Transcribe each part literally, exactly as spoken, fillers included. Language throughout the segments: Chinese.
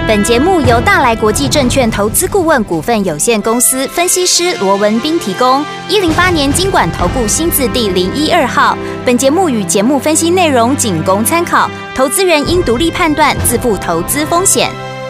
本节目由大来国际证券投资顾问股份有限公司分析师罗文彬提供。一零八年金管投顾新字第零一二号。本节目与节目分析内容仅供参考，投资人应独立判断，自负投资风险。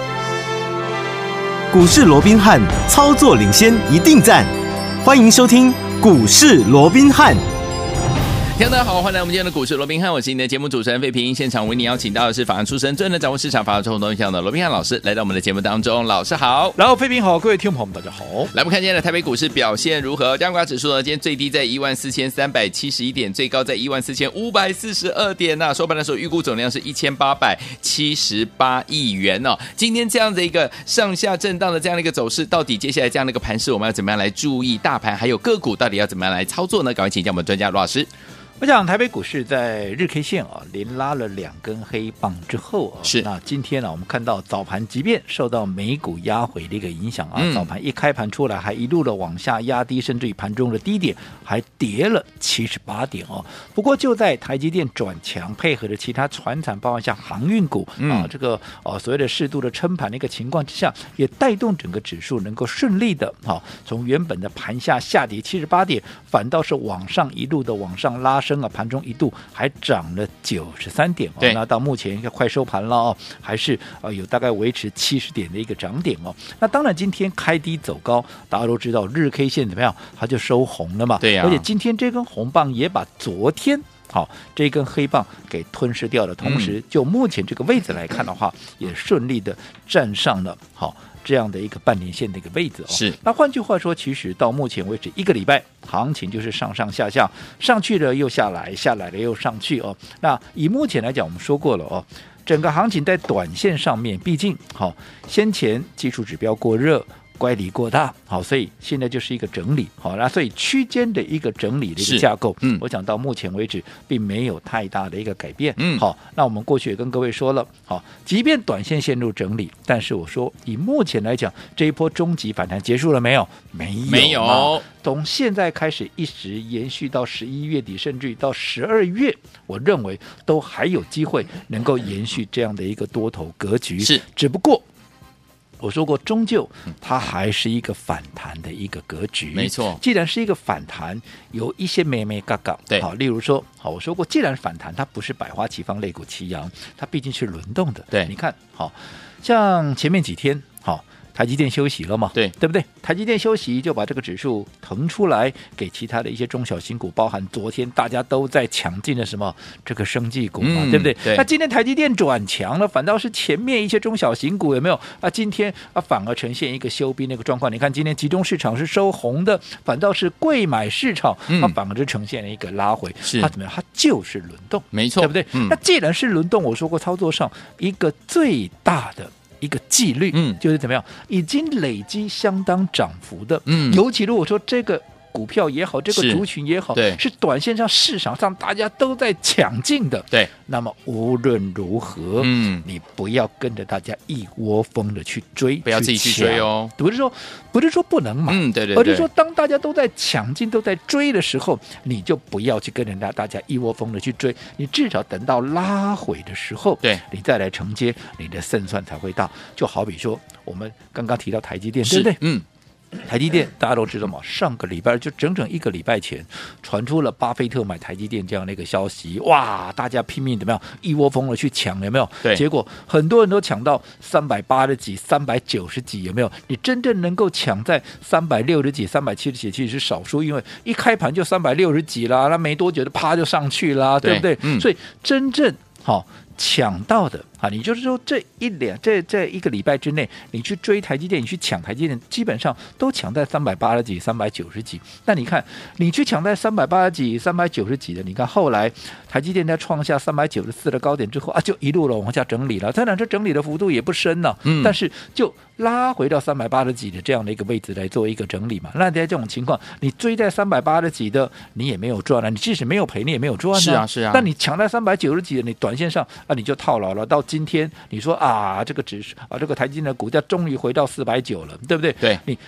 股市罗宾汉，操作领先一定赞。欢迎收听股市罗宾汉。 听众大家好，欢迎来我们今天的股市罗宾汉，我是你的节目主持人费平。现场为你邀请到的是法案出身、最能掌握市场法律冲动向的罗宾汉老师，来到我们的节目当中。老师好。 然后费平好，各位听众朋友们大家好。 来，我们看今天的台北股市表现如何？加权指数呢，今天最低在一万四千三百七十一点，最高在一万四千五百四十二点呐、啊。收盘的时候预估总量是一千八百七十八亿元哦。今天这样的一个上下震荡的这样的一个走势，到底接下来这样的一个盘势，我们要怎么样来注意？大盘还有个股到底要怎么样来操作呢？赶快请教我们专家罗老师。 我想台北股市在日 K 线啊连拉了两根黑棒之后啊， 是那今天呢、啊、我们看到早盘即便受到美股压回的一个影响啊、嗯，早盘一开盘出来还一路的往下压低，甚至于盘中的低点还跌了七十八点哦。不过就在台积电转强，配合着其他传产，包括像航运股、嗯、啊这个呃、啊、所谓的适度的撑盘的一个情况之下，也带动整个指数能够顺利的啊从原本的盘下下跌七十八点，反倒是往上一路的往上拉升啊，盘中一度还涨了九十三点哦，那到目前快收盘了哦，还是呃有大概维持七十点的一个涨点哦。那当然今天开低走高，大家都知道日 K 线怎么样，它就收红了嘛。 对呀、啊， 而且今天这根红棒也把昨天好这根黑棒给吞噬掉了，同时、嗯、就目前这个位置来看的话，也顺利的站上了好这样的一个半年线的一个位置哦。 是， 那换句话说，其实到目前为止一个礼拜行情就是上上下下，上去了又下来，下来了又上去哦。那以目前来讲，我们说过了哦，整个行情在短线上面，毕竟好先前技术指标过热。乖离过大，好，所以现在就是一个整理，好，那所以区间的一个整理的一个架构，嗯，我想到目前为止并没有太大的一个改变，嗯，好，那我们过去也跟各位说了，好，即便短线陷入整理，但是我说以目前来讲，这一波终极反弹结束了没有？没有， 没有， 从现在开始一直延续到十一月底，甚至于到十二月，我认为都还有机会能够延续这样的一个多头格局， 是， 只不过。我说过，终究它还是一个反弹的一个格局。 没错， 既然是一个反弹，有一些眉眉角角， 对， 好，例如说，好，我说过，既然反弹，它不是百花齐放、肋骨齐扬，它毕竟是轮动的。 对， 你看，好像前面几天，好。台积电休息了嘛？ 对， 对不对？台积电休息就把这个指数腾出来给其他的一些中小型股，包含昨天大家都在抢进的什么这个生技股嘛，嗯、对不对？ 对。 那今天台积电转强了，反倒是前面一些中小型股有没有啊？今天啊反而呈现一个休兵那个状况。你看今天集中市场是收红的，反倒是贵买市场它、嗯、反而是呈现了一个拉回。 是它怎么样？它就是轮动， 没错， 对不对？ 嗯、 那既然是轮动，我说过操作上一个最大的。一个纪律，嗯，就是怎么样，已经累积相当涨幅的，嗯，尤其如果说这个股票也好，这个族群也好， 对， 是短线上市场上大家都在抢进的， 对， 那么无论如何，嗯，你不要跟着大家一窝蜂的去追， 不要自己去追哦， 不是说不是说不能买， 嗯，对对对， 而是说当大家都在抢进、都在追的时候，你就不要去跟人家大家一窝蜂的去追，你至少等到拉回的时候， 对， 你再来承接，你的胜算才会大。就好比说，我们刚刚提到台积电，对不对？嗯。台积电大家都知道嘛，上个礼拜就整整一个礼拜前传出了巴菲特买台积电这样的一个消息，哇，大家拼命怎么样一窝蜂的去抢，有没有？ 对， 结果很多人都抢到三百八十几、三百九十几，有没有？你真正能够抢在三百六十几、三百七十几，其实是少数，因为一开盘就三百六十几啦，那没多久就啪就上去啦， 对, 对不对？嗯，所以真正好。哦抢到的啊，你就是说这一两这这一个礼拜之内，你去追台积电，你去抢台积电，基本上都抢在三百八十几、三百九十几。那你看，你去抢在三百八十几、三百九十几的，你看后来台积电在创下三百九十四的高点之后啊，就一路的往下整理了。当然，这整理的幅度也不深呢、啊，嗯，但是就拉回到三百八十几的这样的一个位置来做一个整理嘛。那在这种情况，你追在三百八十几的，你也没有赚啊，你即使没有赔，你也没有赚啊。 是啊，是啊。 那你抢在三百九十几的，你短线上。啊，你就套牢了。到今天，你说啊，这个指数啊，这个台积电的股价终于回到四百九了，对不对？ 对， 你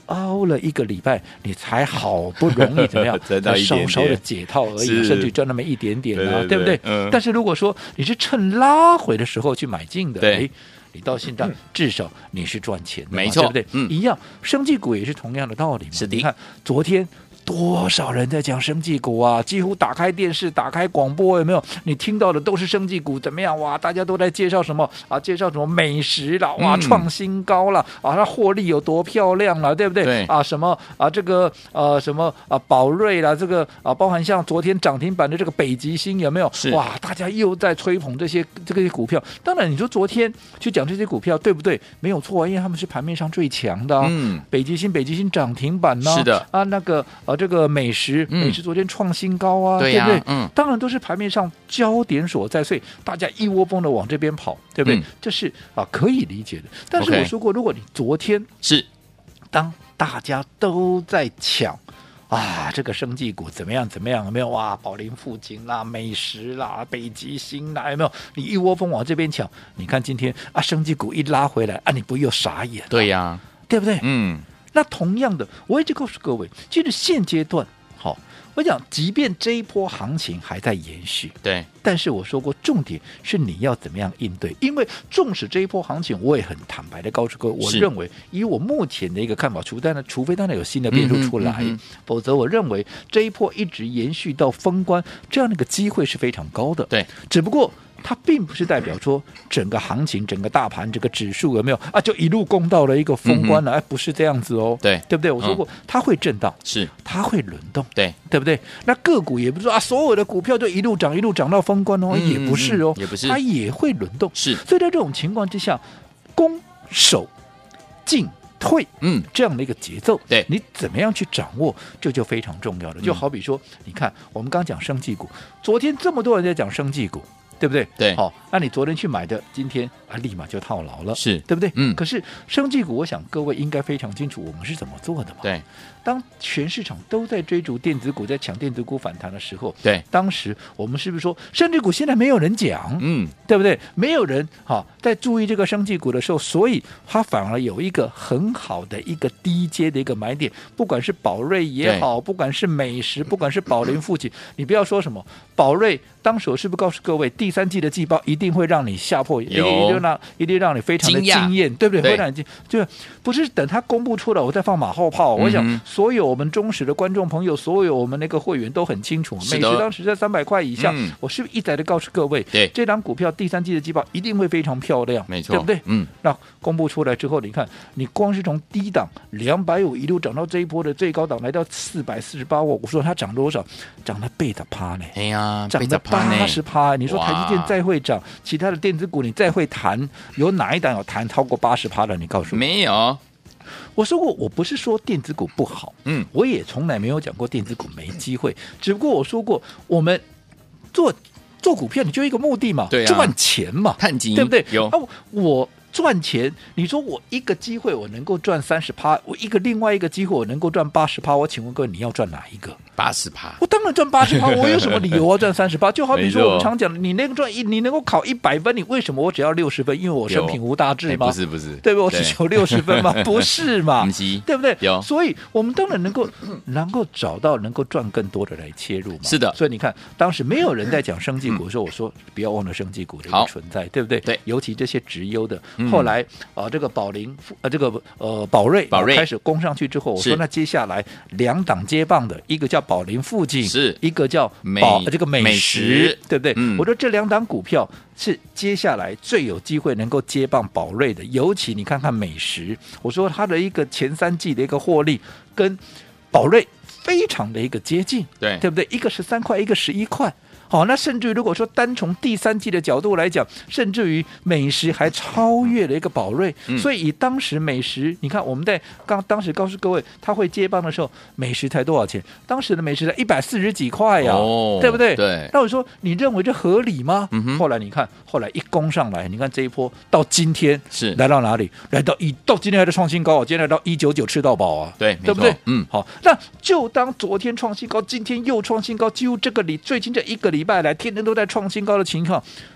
熬了一个礼拜，你才好不容易怎么样， 挣到一点点稍稍的解套而已， 是甚至赚那么一点点啊， 对对对不对？ 嗯但是如果说你是趁拉回的时候去买进的， 对哎，你到现在至少你是赚钱的嘛， 没错对不对？ 嗯一样，生技股也是同样的道理嘛。 是的你看昨天。多少人在讲生技股啊？几乎打开电视、打开广播，有没有？你听到的都是生技股怎么样？哇，大家都在介绍什么啊？介绍什么美食啦，哇， 嗯创新高了啊，它获利有多漂亮了，对不对？ 对啊，什么啊，这个呃什么啊，宝瑞啦，这个啊，包含像昨天涨停板的这个北极星有没有？ 是哇，大家又在吹捧这些这个股票。当然，你说昨天去讲这些股票对不对？没有错，因为他们是盘面上最强的、啊。 嗯， 北极星，北极星涨停板呢、啊？ 是的啊，那个呃，这个美食。 嗯美食昨天创新高啊， 对呀不对？ 嗯， 当然都是盘面上焦点所在，所以大家一窝蜂的往这边跑，对不对？ 嗯这是啊可以理解的。但是 OK 我说过，如果你昨天是当大家都在抢。啊，这个生技股怎么样？怎么样？有没有哇？宝林富锦啦、美食啦、北极星啦，有没有？你一窝蜂往这边抢，你看今天啊，生技股一拉回来啊，你不又傻眼了？ 对呀、啊， 对不对？ 嗯， 那同样的，我一直告诉各位，其实现阶段，好，我讲，即便这一波行情还在延续， 对， 但是我说过，重点是你要怎么样应对。因为纵使这一波行情，我也很坦白的告诉各位，我是认为以我目前的一个看法，除非呢，除非当然有新的变数出来， 嗯哼嗯哼否则我认为这一波一直延续到封关，这样的一个机会是非常高的。 对， 只不过。它并不是代表说整个行情、整个大盘、整个指数有没有啊，就一路攻到了一个封关了？哎、嗯，不是这样子哦， 对， 对不对？我说过，嗯、它会震荡， 是它会轮动， 对， 对不对？那个股也不是说啊，所有的股票就一路涨、一路涨到封关哦，嗯、也不是哦， 也不是， 它也会轮动。 是， 所以在这种情况之下，攻守进退， 嗯， 这样的一个节奏， 对， 你怎么样去掌握，这就非常重要了。就好比说，嗯、你看我们刚讲生技股，昨天这么多人在讲生技股。对不对？ 对， 好、哦，那你昨天去买的，今天啊立马就套牢了， 是对不对？ 嗯。 可是生技股，我想各位应该非常清楚我们是怎么做的嘛。 对。 当全市场都在追逐电子股，在抢电子股反弹的时候， 对， 当时我们是不是说生技股现在没有人讲？嗯，对不对？没有人哈、哦、在注意这个生技股的时候，所以它反而有一个很好的一个低阶的一个买点，不管是宝瑞也好，不管是美食，不管是宝林富锦，你不要说什么宝瑞，当时我是不是告诉各位，第三季的季报一定会让你吓破，一定让一定让你非常的惊艳，对不对？ 对会让你惊，就不是等它公布出来，我再放马后炮。嗯、我想所有我们忠实的观众朋友，所有我们那个会员都很清楚，美食当时在三百块以下，嗯、我是不是一再的告诉各位， 对这档股票第三季的季报一定会非常漂亮， 没错， 对不对？ 嗯， 那公布出来之后，你看，你光是从低档两百五一路涨到这一波的最高档来到四百四十八，我我说它涨多少？涨了倍的趴呢？ 哎呀， 涨了八十趴。你说台积电再会涨，其他的电子股你再会谈，有哪一档有谈超过八十趴的？你告诉我， 没有。 我说过，我不是说电子股不好， 嗯， 我也从来没有讲过电子股没机会，只不过我说过，我们做做股票，你就一个目的嘛， 对啊， 赚钱嘛， 探金， 对不对？ 有啊，我赚钱，你说我一个机会我能够赚三十趴，我一个另外一个机会我能够赚八十趴，我请问各位，你要赚哪一个？ 八十趴， 我当然赚八十趴，我有什么理由要赚三十趴？就好比说我们常讲的，你那个赚一，你能够考一百分，你为什么我只要六十分？因为我生平无大志吗？ 不是不是， 对不对？我只求六十分吗？不是嘛？对不对？ 有， 所以我们当然能够能够找到能够赚更多的来切入嘛。 是的， 所以你看，当时没有人在讲生技股的时候，我说不要忘了生技股的一个存在，对不对？ 对， 尤其这些直优的，后来啊，这个宝林呃，这个呃宝瑞宝瑞开始攻上去之后，我说那接下来两档接棒的，一个叫宝林富锦。 是一个叫宝这个美食， 美食对不对？ 嗯、 我说这两档股票是接下来最有机会能够接棒宝瑞的，尤其你看看美食，我说它的一个前三季的一个获利跟宝瑞非常的一个接近， 对对不对？一个十三块，一个十一块。好，那甚至于如果说单从第三季的角度来讲，甚至于美食还超越了一个宝瑞，嗯、所以以当时美食，你看我们在刚当时告诉各位，他会接棒的时候，美食才多少钱？当时的美食才一百四十几块呀、 哦， 对不对？ 对。 那我说，你认为这合理吗？ 嗯、 后来你看，后来一攻上来，你看这一波到今天是来到哪里？来到一到今天还在创新高啊！今天来到一九九吃到饱啊！ 对， 对不对？ 嗯， 好，那就当昨天创新高，今天又创新高，几乎这个礼最近这一个礼拜来，天天都在创新高的情况，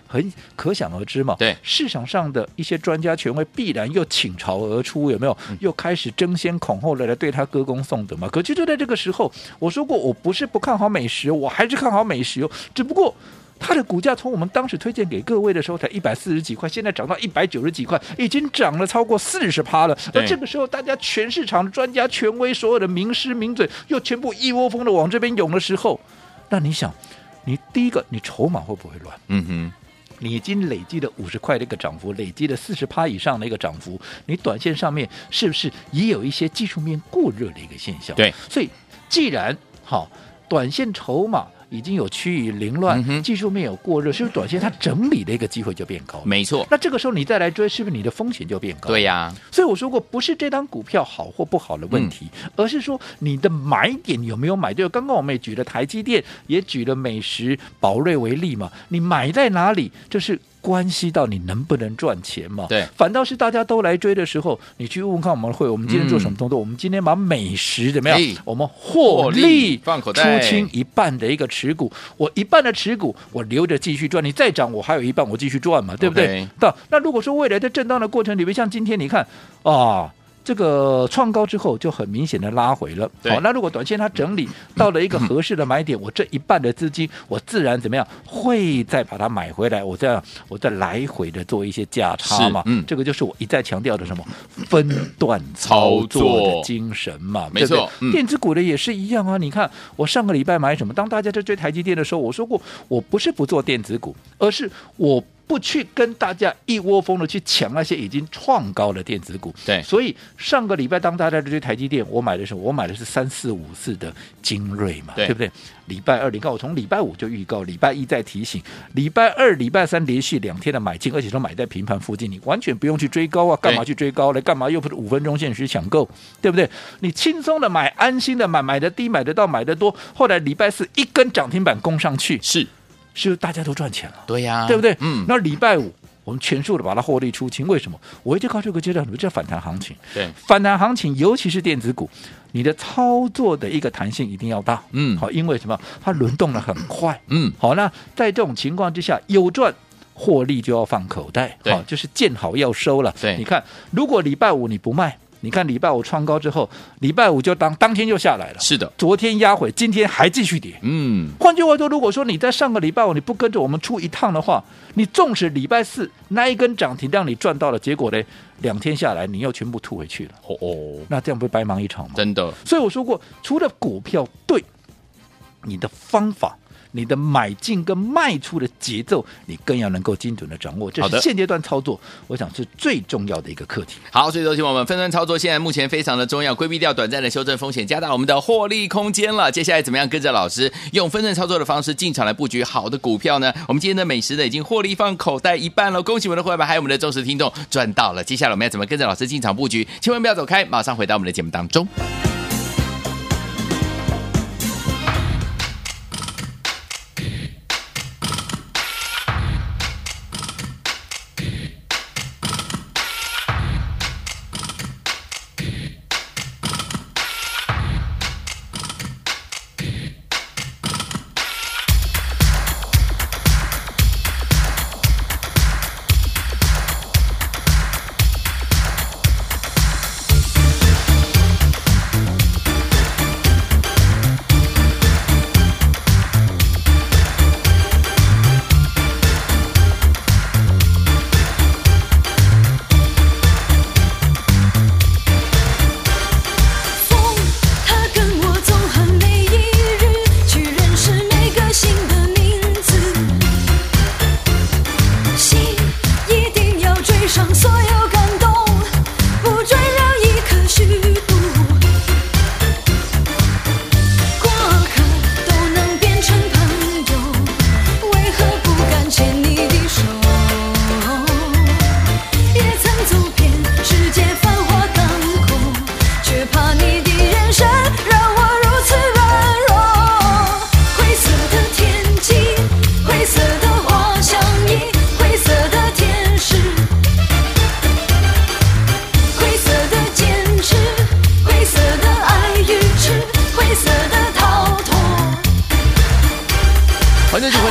很可想而知嘛。 对， 市场上的一些专家权威必然又倾巢而出，有没有？ 嗯、 又开始争先恐后的来对他歌功颂德嘛。可就就在这个时候，我说过我不是不看好美食，我还是看好美食哦，只不过它的股价从我们当时推荐给各位的时候才一百四十几块，现在涨到一百九十几块，已经涨了超过四十趴了。而这个时候，大家全市场的专家权威，所有的名师名嘴，又全部一窝蜂的往这边涌的时候，那你想，你第一个，你筹码会不会乱？ 嗯哼。 你已经累积了五十块的一个涨幅，累积了四十趴以上的一个涨幅，你短线上面是不是也有一些技术面过热的一个现象？ 对， 所以既然好，短线筹码已经有趋于凌乱、嗯，技术面有过热，是不是短线它整理的一个机会就变高了？ 没错。 那这个时候你再来追，是不是你的风险就变高？ 对呀、啊。 所以我说过，不是这张股票好或不好的问题，嗯、而是说你的买点有没有买对。刚刚我们也举了台积电，也举了美食、宝瑞为例嘛，你买在哪里，这是关系到你能不能赚钱嘛？ 对。 反倒是大家都来追的时候，你去问问看我们会，我们今天做什么动作？嗯、我们今天把美食怎么样？我们获利放口袋， 出清一半的一个持股，我一半的持股我留着继续赚，你再涨我还有一半我继续赚嘛，对不对？ Okay. 那如果说未来在震荡的过程里面，像今天你看啊。这个创高之后就很明显的拉回了，好，那如果短线它整理到了一个合适的买点，我这一半的资金，我自然怎么样会再把它买回来，我这样我再来回的做一些价差嘛，嗯，这个就是我一再强调的什么分段操作的精神嘛， 没错， 嗯、电子股的也是一样啊。你看我上个礼拜买什么？当大家在追台积电的时候，我说过我不是不做电子股，而是我不去跟大家一窝蜂的去抢那些已经创高的电子股， 对，所以上个礼拜当大家在追台积电，我买的是我买的是三四五四的精锐嘛， 对, 对不对？礼拜二你看我从礼拜五就预告，礼拜一再提醒，礼拜二、礼拜三连续两天的买进，而且都买在平盘附近，你完全不用去追高啊，干嘛去追高呢？干嘛又不是五分钟限时抢购，对不对？你轻松的买，安心的买，买的低，买得到，买得多。后来礼拜四一根涨停板攻上去， 是。 是大家都赚钱了， 对呀、啊， 对不对？ 嗯， 那礼拜五我们全数的把它获利出清，为什么？我一直告诉这个阶段，什么叫反弹行情？ 对， 反弹行情，尤其是电子股，你的操作的一个弹性一定要大， 嗯， 好，因为什么？它轮动的很快， 嗯， 好，那在这种情况之下，有赚。获利就要放口袋， 好， 就是见好要收了。 对， 你看，如果礼拜五你不卖。你看礼拜五创高之后，礼拜五就当当天就下来了。 是的， 昨天压回，今天还继续跌。 嗯， 换句话说，如果说你在上个礼拜五你不跟着我们出一趟的话，你纵使礼拜四那一根涨停让你赚到了，结果呢，两天下来你又全部吐回去了。 哦哦， 那这样不是白忙一场吗？ 真的。 所以我说过，除了股票对你的方法。你的买进跟卖出的节奏，你更要能够精准的掌握，这是现阶段操作，我想是最重要的一个课题。 好，所以昨天我们分段操作，现在目前非常的重要，规避掉短暂的修正风险，加大我们的获利空间了。接下来怎么样跟着老师用分段操作的方式进场来布局好的股票呢？我们今天的美食呢已经获利放口袋一半了，恭喜我们的伙伴还有我们的忠实听众赚到了。接下来我们要怎么跟着老师进场布局？千万不要走开，马上回到我们的节目当中。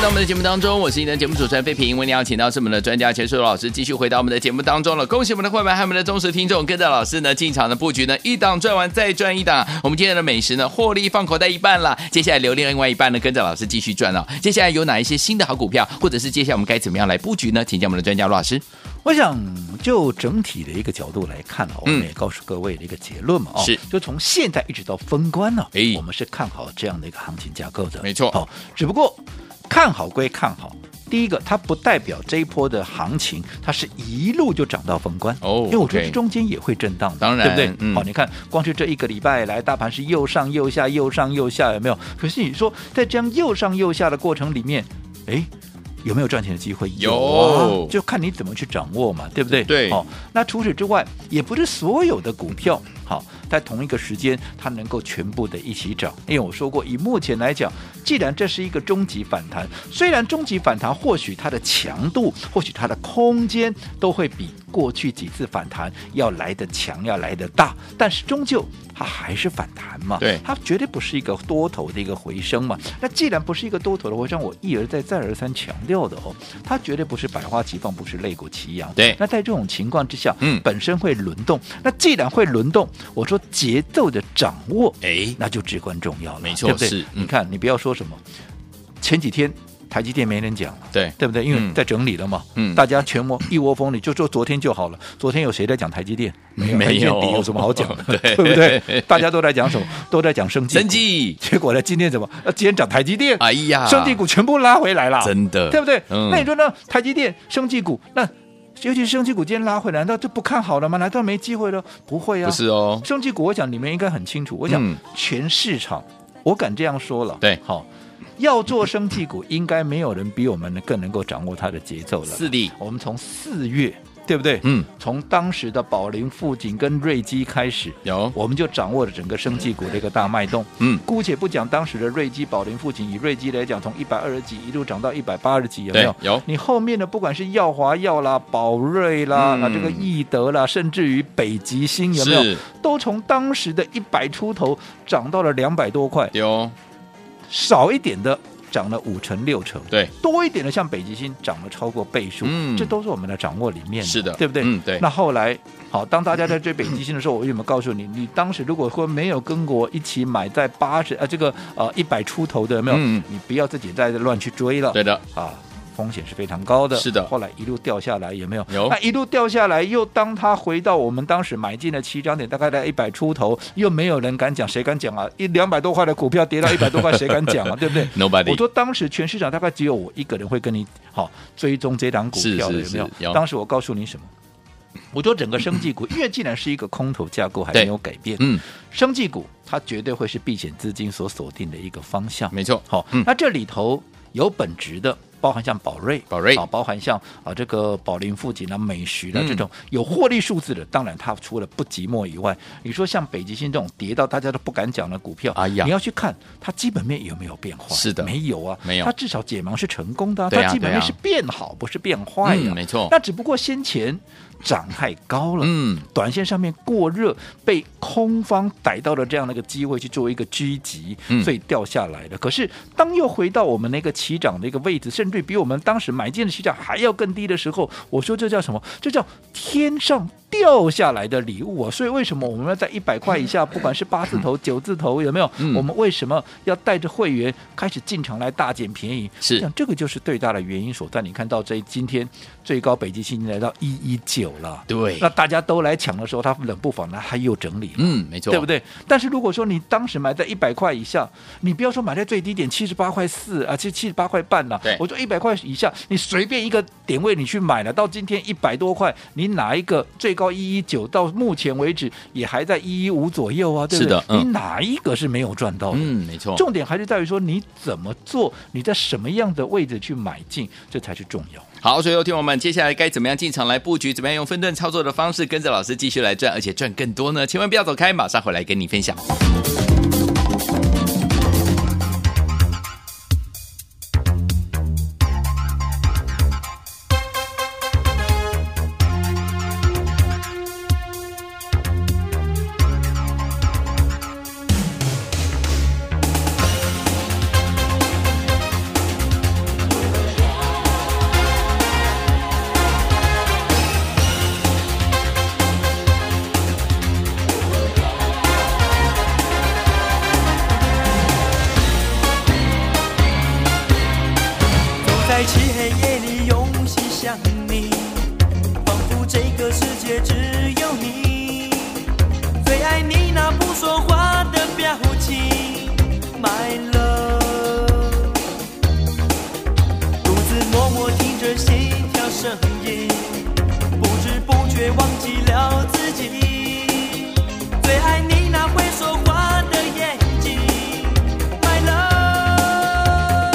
我们的节目当中，我是你的节目主持人费平，为你邀请到是我们的专家钱硕老师，继续回到我们的节目当中了。恭喜我们的会员和我们的忠实听众，跟着老师呢进场的布局呢，一档赚完再赚一档。我们今天的美食呢，获利放口袋一半了，接下来留另外一半呢，跟着老师继续赚哦。接下来有哪一些新的好股票，或者是接下来我们该怎么样来布局呢？请教我们的专家罗老师。 我想就整体的一个角度来看啊，我们也告诉各位的一个结论嘛，哦， 是就从现在一直到封关呢， 哎， 我们是看好这样的一个行情架构的， 没错。 好，只不过看好归看好，第一个它不代表这一波的行情它是一路就涨到封关哦， 因为我觉得 okay 中间也会震荡的， 当然对不对？ 嗯， 好，你看光是这一个礼拜来，大盘是右上右下右上右下，有没有？可是你说在这样右上右下的过程里面，哎，有没有赚钱的机会？ 有， 有啊，就看你怎么去掌握嘛，对不对？ 对。 好，那除此之外，也不是所有的股票好在同一个时间它能够全部的一起涨，因为我说过，以目前来讲，既然这是一个终极反弹，虽然终极反弹或许它的强度，或许它的空间都会比过去几次反弹要来得强，要来得大，但是终究它还是反弹嘛， 对， 它绝对不是一个多头的一个回升嘛。那既然不是一个多头的回升，我一而再再而三强调的哦，它绝对不是百花齐放，不是肋骨齐扬。 对， 那在这种情况之下， 嗯， 本身会轮动。那既然会轮动，我说节奏的掌握， 哎， 那就至关重要了， 没错， 对不对？ 是、嗯， 你看，你不要说什么，前几天台积电没人讲了， 对对不对？因为在整理了嘛，嗯，大家全窝一窝蜂，你就说昨天就好了。昨天有谁在讲台积电？没有， 没有， 有什么好讲的？ 对, 对不对？大家都在讲什么？都在讲生技， 生技。 结果呢，今天怎么？今天讲台积电， 哎呀， 生技股全部拉回来了， 真的， 对不对？ 嗯、 那你说呢？台积电、生技股，那尤其是生技股今天拉回来，难道就不看好了吗？难道没机会了？不会啊， 不是哦。 生技股，我想你们应该很清楚。我想全市场，嗯、我敢这样说了， 对， 好。要做生技股，应该没有人比我们更能够掌握它的节奏了。 是的， 我们从四月，对不对？ 嗯， 从当时的宝林、富锦跟瑞基开始， 有， 我们就掌握了整个生技股的一个大脉动。 嗯， 姑且不讲当时的瑞基、宝林、富锦，以瑞基来讲，从一百二十几一路涨到一百八十几，有没有？ 有。 你后面的不管是耀华药啦、宝瑞啦、嗯、啊这个易德啦，甚至于北极星，有没有？都从当时的一百出头涨到了两百多块。 有。 少一点的涨了五成六成， 对， 多一点的像北极星涨了超过倍数， 嗯， 这都是我们的掌握里面的， 是的， 对不对？ 嗯，对。 那后来，好，当大家在追北极星的时候，我有没有告诉你，你当时如果说没有跟我一起买在八十呃这个呃一百出头的，有没有？嗯，你不要自己再乱去追了， 对的， 啊。风险是非常高的， 是的。 后来一路掉下来，有没有？ 有。 那一路掉下来，又当它回到我们当时买进的起涨点，大概在一百出头，又没有人敢讲，谁敢讲啊？一两百多块的股票跌到一百多块，谁敢讲啊？对不对 ？Nobody。 我说当时全市场大概只有我一个人会跟你好、哦、追踪这档股票的， 是是是有没有？ 有。 当时我告诉你什么？我说整个生技股，因为既然是一个空头架构还没有改变，嗯，生技股它绝对会是避险资金所锁定的一个方向， 没错。 好、哦嗯，那这里头有本质的。包含像宝瑞、 宝瑞啊，包含像啊这个宝林、富锦啊、美徐的这种有获利数字的，当然它除了不寂寞以外，你说像北极星这种跌到大家都不敢讲的股票， 哎呀， 你要去看它基本面有没有变化？ 是的， 没有啊， 没有， 它至少解盲是成功的、啊， 啊、 它基本面是变好，不是变坏的、 嗯，没错。 那只不过先前涨太高了， 嗯， 短线上面过热，被空方逮到了这样的一个机会去做一个狙击， 嗯、 所以掉下来了。可是当又回到我们那个起涨的一个位置，甚至比我们当时买进的起涨还要更低的时候，我说这叫什么？这叫天上掉下来的礼物啊！所以为什么我们要在一百块以下，不管是八字头、九字头，有没有？ 嗯、 我们为什么要带着会员开始进场来大捡便宜？ 是， 这个就是最大的原因所在。你看到这今天最高北极星来到一一九了， 对， 那大家都来抢的时候，它冷不防呢，它又整理了， 嗯，没错， 对不对？但是如果说你当时买在一百块以下，你不要说买在最低点七十八块四啊，其实七十八块半了， 对， 我说一百块以下，你随便一个点位你去买了，到今天一百多块，你哪一个最高一一九，到目前为止也还在一一五左右啊，对不对？ 是的，嗯、 你哪一个是没有赚到的？ 嗯，没错。 重点还是在于说你怎么做，你在什么样的位置去买进，这才是重要。 好，所以有听我们接下来该怎么样进场来布局，怎么样用分段操作的方式跟着老师继续来赚，而且赚更多呢？千万不要走开，马上回来跟你分享。 界只有你，最爱你那不说话的表情 My love， 独自默默听着心跳声音，不知不觉忘记了自己，最爱你那会说话的眼睛 My love，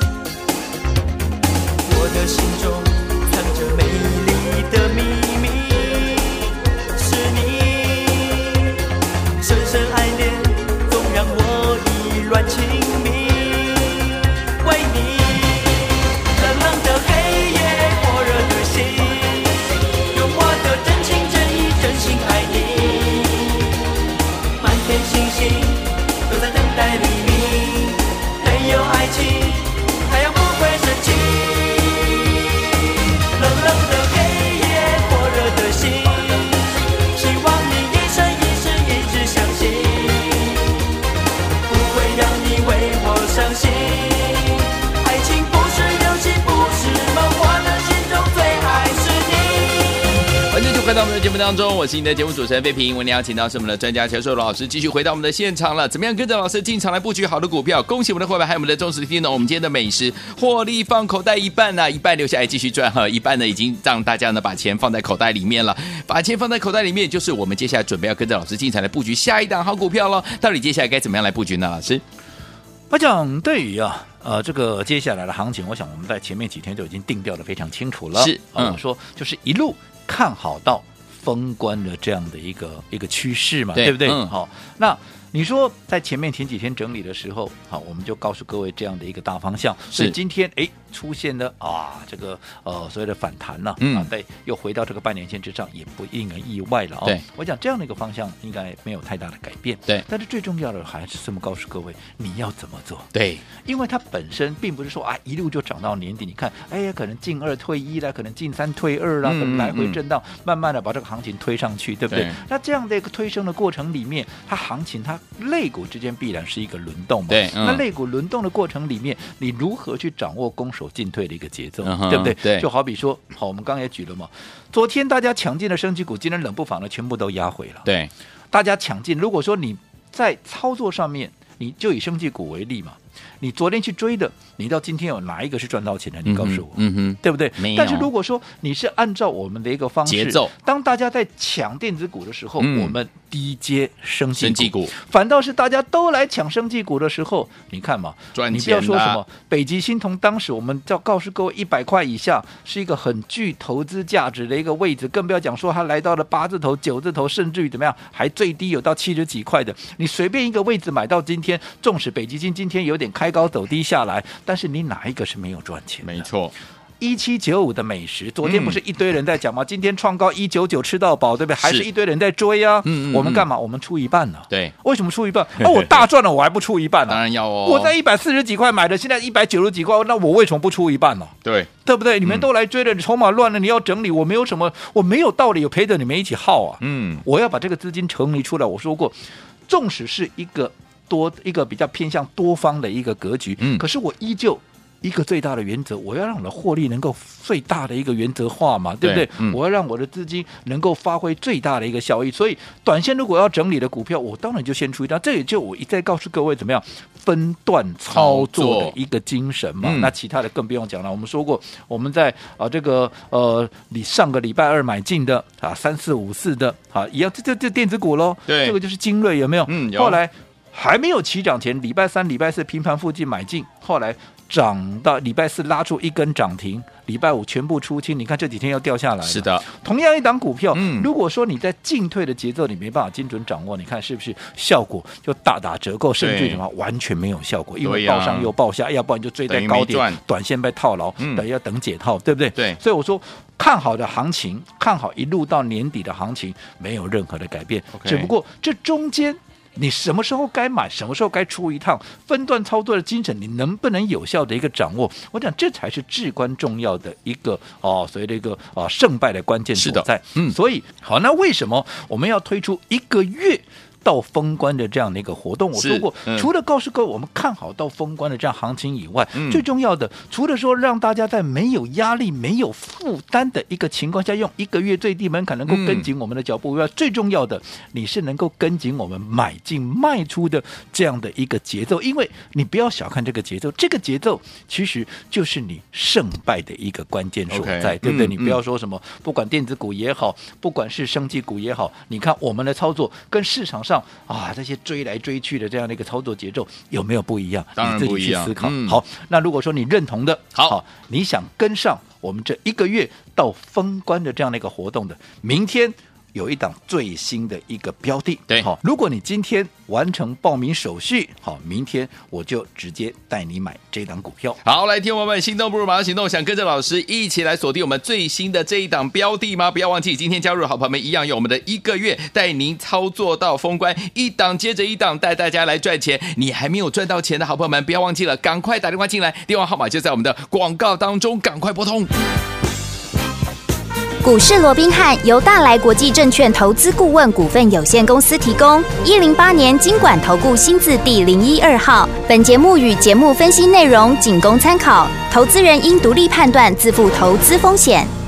我的心中藏着美丽的秘密，是你深深爱恋，总让我意乱情迷，为你冷冷的黑夜，火热的心，用我的真情真意真心爱你，满天星星都在等待黎明，没有爱情太阳不会升起，冷冷的黑夜，火热的心，希望你一生一世一直相信，不会让你为我伤心，爱情不是游戏，不是梦，我的心中最爱是你。 欢迎继续回到我们的节目当中，我是你的节目主持人费平。为您邀请到是我们的专家教授老师，继续回到我们的现场了。怎么样跟着老师进场来布局好的股票？恭喜我们的伙伴，还有我们的忠实听众。我们今天的美食获利放口袋一半呢、啊，一半留下来继续赚哈，一半呢已经让大家呢把钱放在口袋里面了。把钱放在口袋里面，就是我们接下来准备要跟着老师进场来布局下一档好股票了。到底接下来该怎么样来布局呢？老师， 我讲对于啊，呃，这个接下来的行情，我想我们在前面几天就已经定调的非常清楚了。 是，嗯， 啊我说就是一路看好到封关的这样的一个一个趋势嘛， 对对不对？ 嗯好，那你说在前面前几天整理的时候，好，我们就告诉各位这样的一个大方向。所以今天哎出现了啊，这个呃所谓的反弹了、啊， 嗯啊，对，又回到这个半年线之上，也不令人意外了哦。 对， 我讲这样的一个方向应该没有太大的改变。 对， 但是最重要的还是这么告诉各位，你要怎么做？ 对， 因为它本身并不是说啊一路就涨到年底，你看，哎呀，可能进二退一啦，可能进三退二啦， 嗯可能来回震荡，慢慢的把这个行情推上去，对不对？ 对那这样的一个推升的过程里面，它行情它类股之间必然是一个轮动嘛。 对，嗯、 那类股轮动的过程里面，你如何去掌握攻守进退的一个节奏， 嗯、 对不对？ 对， 就好比说，好，我们刚刚也举了嘛，昨天大家抢进的升级股，今天冷不防的全部都压回了。 对， 大家抢进，如果说你在操作上面，你就以生技股为例嘛，你昨天去追的，你到今天有哪一个是赚到钱的？你告诉我， 嗯哼， 对不对？ 没有。 但是如果说你是按照我们的一个方式节奏， 当大家在抢电子股的时候，嗯、我们低接生技股， 生技股， 反倒是大家都来抢生技股的时候，你看嘛， 赚钱， 你不要说什么北极星铜，当时我们要告诉各位，一百块以下是一个很具投资价值的一个位置，更不要讲说它来到了八字头、九字头，甚至于怎么样，还最低有到七十几块的，你随便一个位置买到今天，纵使北极星今天有点开高走低下来，但是你哪一个是没有赚钱的？ 没错。 一七九五的美食，昨天不是一堆人在讲吗？嗯、今天创高一九九吃到饱，对不对？还是一堆人在追啊。 嗯嗯嗯我们干嘛？我们出一半呢、啊？ 对， 为什么出一半？哦，我大赚了，我还不出一半呢、啊？ 当然要哦。 我在一百四十几块买的，现在一百九十几块，那我为什么不出一半呢、啊？ 对， 对不对？你们都来追了，你筹码乱了，你要整理，我没有什么，我没有道理，有陪着你们一起耗啊。 嗯， 我要把这个资金整理出来。我说过，纵使是一个多一个比较偏向多方的一个格局， 嗯， 可是我依旧。一个最大的原则，我要让我的获利能够最大的一个原则化嘛，对不对？ 对嗯、 我要让我的资金能够发挥最大的一个效益。所以，短线如果要整理的股票，我当然就先出一张。这也就我一再告诉各位怎么样分段操作的一个精神嘛。嗯、那其他的更不用讲了。我们说过，我们在啊这个呃，你上个礼拜二买进的啊三四五四的啊一样，这这这电子股喽， 对， 这个就是精锐有没有？ 嗯，有。 后来还没有起涨前，礼拜三、礼拜四平盘附近买进，后来。涨到礼拜四拉出一根涨停，礼拜五全部出清。你看这几天要掉下来了。 是的， 同样一档股票， 嗯， 如果说你在进退的节奏你没办法精准掌握，你看是不是效果就大打折扣，甚至什么完全没有效果？因为报上又报下，要不然就追在高点，短线被套牢， 嗯、 等要等解套，对不对？ 对。 所以我说，看好的行情，看好一路到年底的行情，没有任何的改变， okay、 只不过这中间。你什么时候该买，什么时候该出一趟，分段操作的精神，你能不能有效的一个掌握？我讲这才是至关重要的一个哦，所谓的一个啊胜败的关键所在。 嗯， 所以好，那为什么我们要推出一个月到封关的这样的一个活动。我说过， 嗯、 除了告诉各位我们看好到封关的这样行情以外， 嗯、 最重要的，除了说让大家在没有压力、没有负担的一个情况下，用一个月最低门槛能够跟紧我们的脚步以外，嗯、最重要的，你是能够跟紧我们买进卖出的这样的一个节奏。因为你不要小看这个节奏，这个节奏其实就是你胜败的一个关键所在， okay, 对不对？ 嗯、 你不要说什么，不管电子股也好，不管是生技股也好，你看我们的操作跟市场上啊这些追来追去的这样的一个操作节奏有没有不一样？ 当然不一样， 你自己去思考。 嗯、 好，那如果说你认同的， 好， 好，你想跟上我们这一个月到封关的这样的一个活动的，明天有一档最新的一个标的， 对， 好，如果你今天完成报名手续，好，明天我就直接带你买这档股票。 好，来，听我们心动不如马上行动，想跟着老师一起来锁定我们最新的这一档标的吗？不要忘记今天加入的好朋友们一样有我们的一个月带您操作到封关，一档接着一档带大家来赚钱。你还没有赚到钱的好朋友们，不要忘记了，赶快打电话进来，电话号码就在我们的广告当中，赶快拨通。 股市罗宾汉由大来国际证券投资顾问股份有限公司提供，一零八年金管投顾新字第零一二号。本节目与节目分析内容仅供参考，投资人应独立判断，自负投资风险。